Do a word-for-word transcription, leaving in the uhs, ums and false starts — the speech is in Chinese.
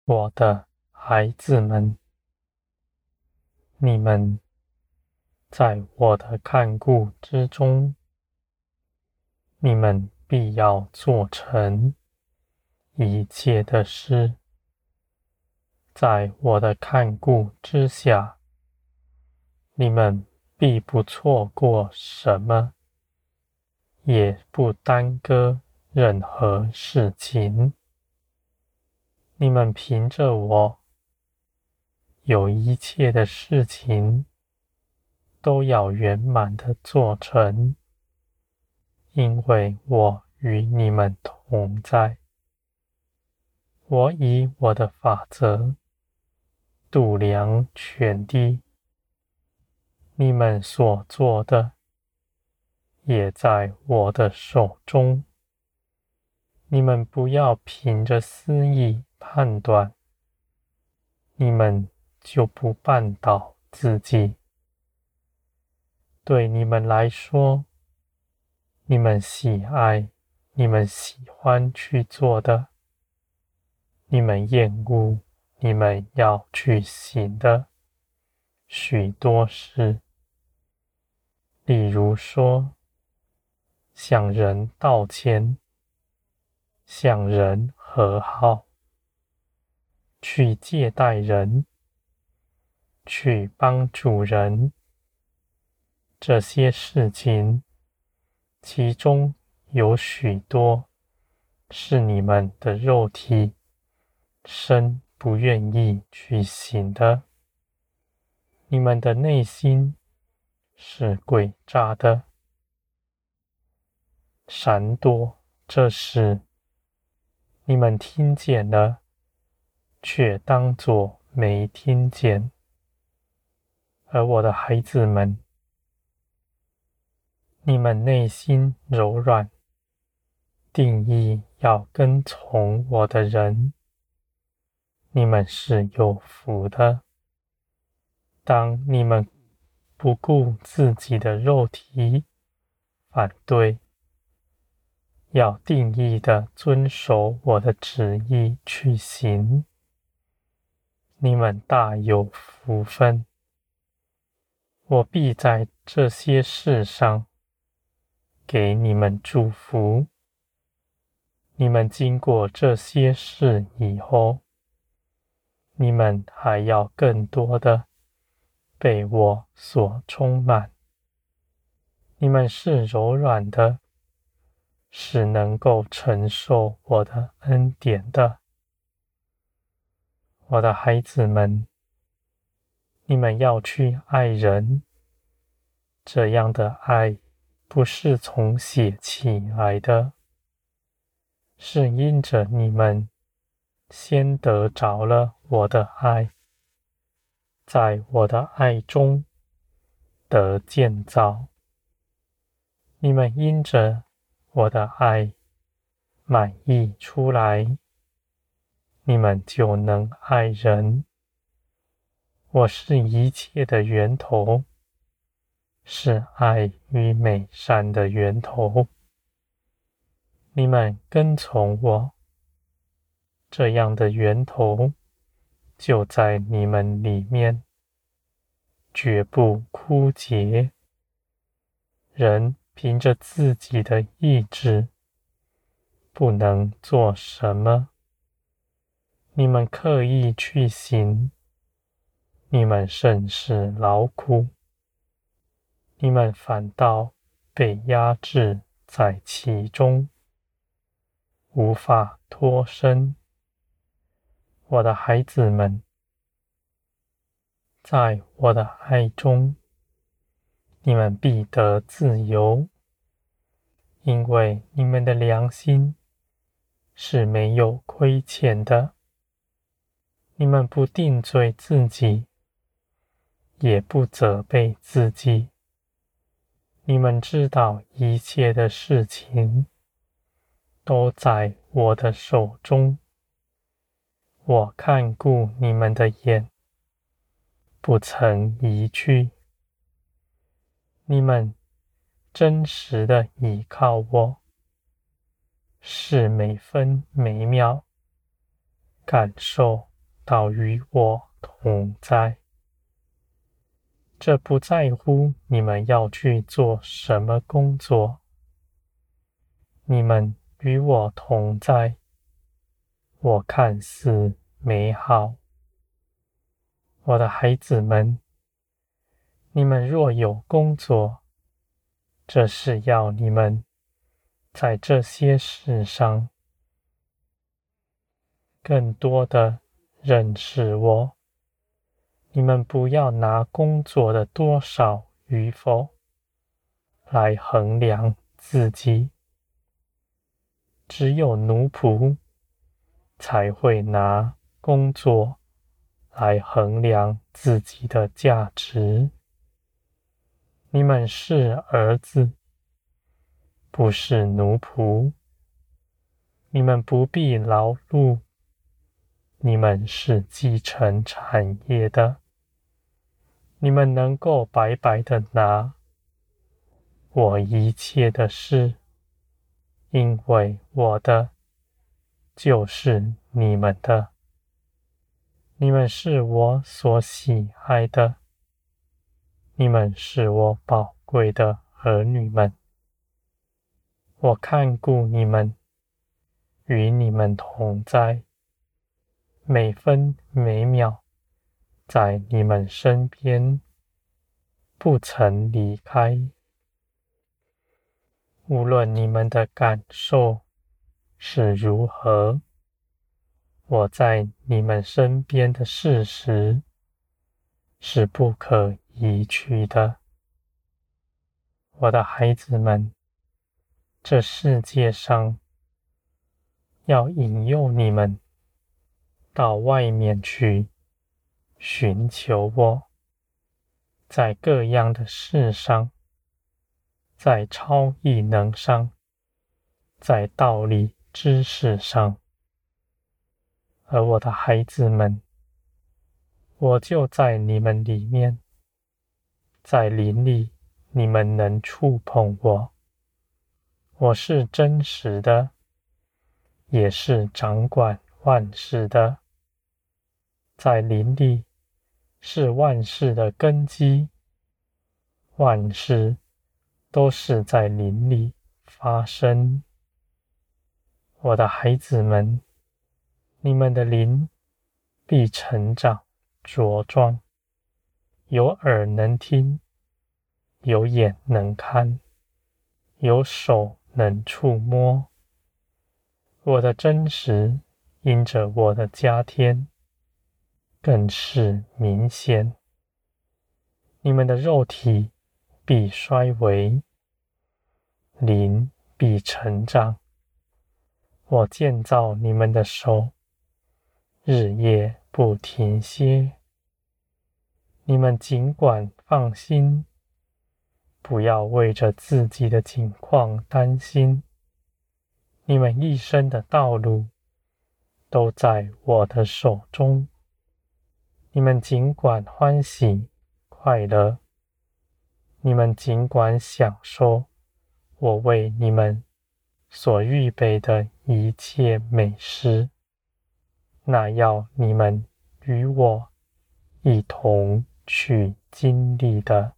我的孩子们，你们在我的看顾之中，你们必要做成一切的事。在我的看顾之下，你们必不错过什么，也不耽搁任何事情。你们凭着我，有一切的事情都要圆满的做成，因为我与你们同在。我以我的法则度量全地，你们所做的也在我的手中。你们不要凭着私意判断，你们就不绊倒自己。对你们来说，你们喜爱、你们喜欢去做的，你们厌恶、你们要去行的许多事，例如说，向人道歉，向人和好，去接待人，去帮助人，这些事情，其中有许多是你们的肉体身不愿意去行的，你们的内心是诡诈的，闪躲这事，你们听见了，却当作没听见。而我的孩子们，你们内心柔软，定义要跟从我的人，你们是有福的。当你们不顾自己的肉体反对，要定义的遵守我的旨意去行，你们大有福分。我必在这些事上给你们祝福。你们经过这些事以后，你们还要更多的被我所充满。你们是柔软的，是能够承受我的恩典的。我的孩子们，你们要去爱人，这样的爱不是从血气来的，是因着你们先得着了我的爱，在我的爱中得建造。你们因着我的爱满溢出来，你们就能爱人。我是一切的源头，是爱与美善的源头。你们跟从我，这样的源头就在你们里面，绝不枯竭。人凭着自己的意志，不能做什么。你们刻意去行，你们甚是劳苦，你们反倒被压制在其中，无法脱身。我的孩子们，在我的爱中，你们必得自由，因为你们的良心是没有亏欠的。你们不定罪自己，也不责备自己。你们知道一切的事情都在我的手中。我看顾你们的眼，不曾移去。你们真实的倚靠我，是每分每秒感受到与我同在。这不在乎你们要去做什么工作，你们与我同在，我看似美好。我的孩子们，你们若有工作，这是要你们在这些事上更多的认识我。你们不要拿工作的多少与否来衡量自己，只有奴仆才会拿工作来衡量自己的价值。你们是儿子，不是奴仆，你们不必劳碌，你们是继承产业的，你们能够白白的拿我一切的事，因为我的就是你们的，你们是我所喜爱的，你们是我宝贵的儿女们。我看顾你们，与你们同在，每分每秒在你们身边，不曾离开。无论你们的感受是如何，我在你们身边的事实是不可移去的。我的孩子们，这世界上要引诱你们到外面去寻求我，在各样的事上，在超异能上，在道理知识上，而我的孩子们，我就在你们里面，在灵里，你们能触碰我。我是真实的，也是掌管万事的，在灵里是万事的根基，万事都是在灵里发生。我的孩子们，你们的灵必成长茁壮，有耳能听，有眼能看，有手能触摸。我的真实因着我的加添更是明显。你们的肉体必衰微，灵必成长。我建造你们的手，日夜不停歇。你们尽管放心，不要为着自己的境况担心。你们一生的道路都在我的手中。你们尽管欢喜快乐，你们尽管享受我为你们所预备的一切美事，那要你们与我一同去经历的。